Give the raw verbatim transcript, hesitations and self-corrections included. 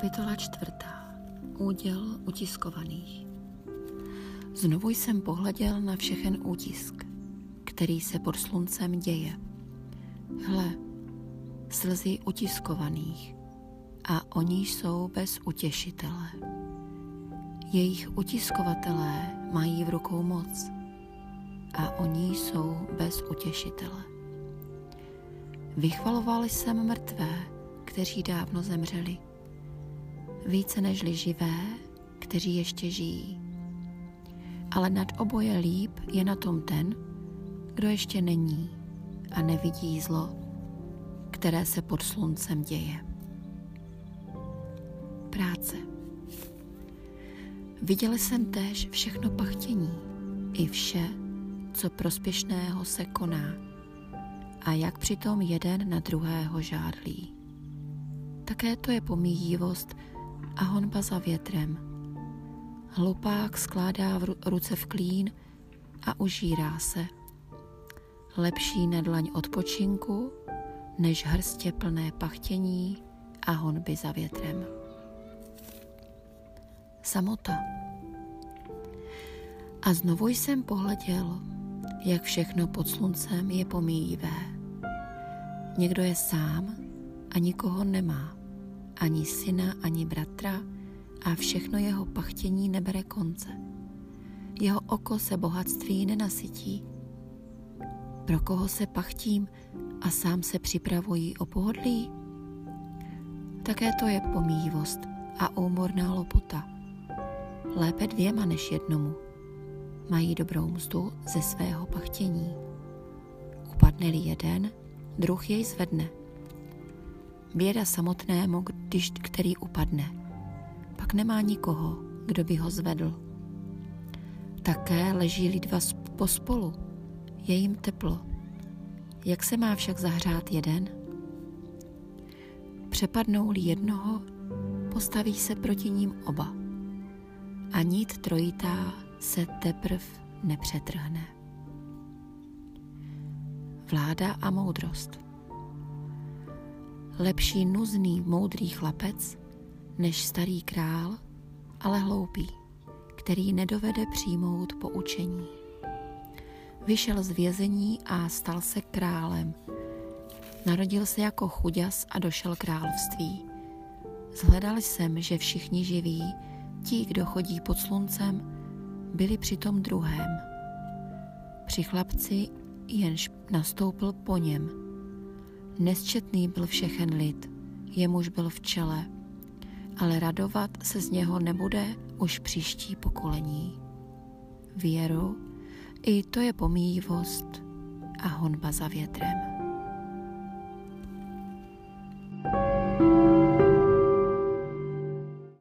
Kapitola čtvrtá. Úděl utiskovaných. Znovu jsem pohleděl na všechen útisk, který se pod sluncem děje. Hle, slzy utiskovaných, a oni jsou bez utěšitele. Jejich utiskovatelé mají v rukou moc, a oni jsou bez utěšitele. Vychvaloval jsem mrtvé, kteří dávno zemřeli, více nežli živé, kteří ještě žijí. Ale nad oboje líp je na tom ten, kdo ještě není a nevidí zlo, které se pod sluncem děje. Práce. Viděl jsem též všechno pachtění, i vše, co prospěšného se koná, a jak přitom jeden na druhého žádlí. Také to je pomíjivost a honba za větrem. Hlupák skládá v ruce v klín a užírá se. Lepší na dlaň odpočinku, než hrstě plné pachtění a honby za větrem. Samota. A znovu jsem pohleděl, jak všechno pod sluncem je pomíjivé. Někdo je sám a nikoho nemá, ani syna, ani bratra, a všechno jeho pachtění nebere konce. Jeho oko se bohatství nenasytí. Pro koho se pachtím a sám se připravují o pohodlí? Také to je pomíjivost a úmorná lopota. Lépe dvěma než jednomu. Mají dobrou mzdu ze svého pachtění. Upadne-li jeden, druh jej zvedne. Běda samotnému, když který upadne. Pak nemá nikoho, kdo by ho zvedl. Také leží-li dva pospolu, je jim teplo. Jak se má však zahřát jeden? Přepadnou-li jednoho, postaví se proti ním oba. A nit trojitá se teprv nepřetrhne. Vláda a moudrost. Lepší nuzný moudrý chlapec, než starý král, ale hloupý, který nedovede přijmout poučení. Vyšel z vězení a stal se králem. Narodil se jako chuďas a došel království. Zhledal jsem, že všichni živí, ti, kdo chodí pod sluncem, byli při tom druhém. Při chlapci jenž nastoupil po něm. Nesčetný byl všechen lid, jemuž byl v čele, ale radovat se z něho nebude už příští pokolení. Věru, i to je pomíjivost a honba za větrem.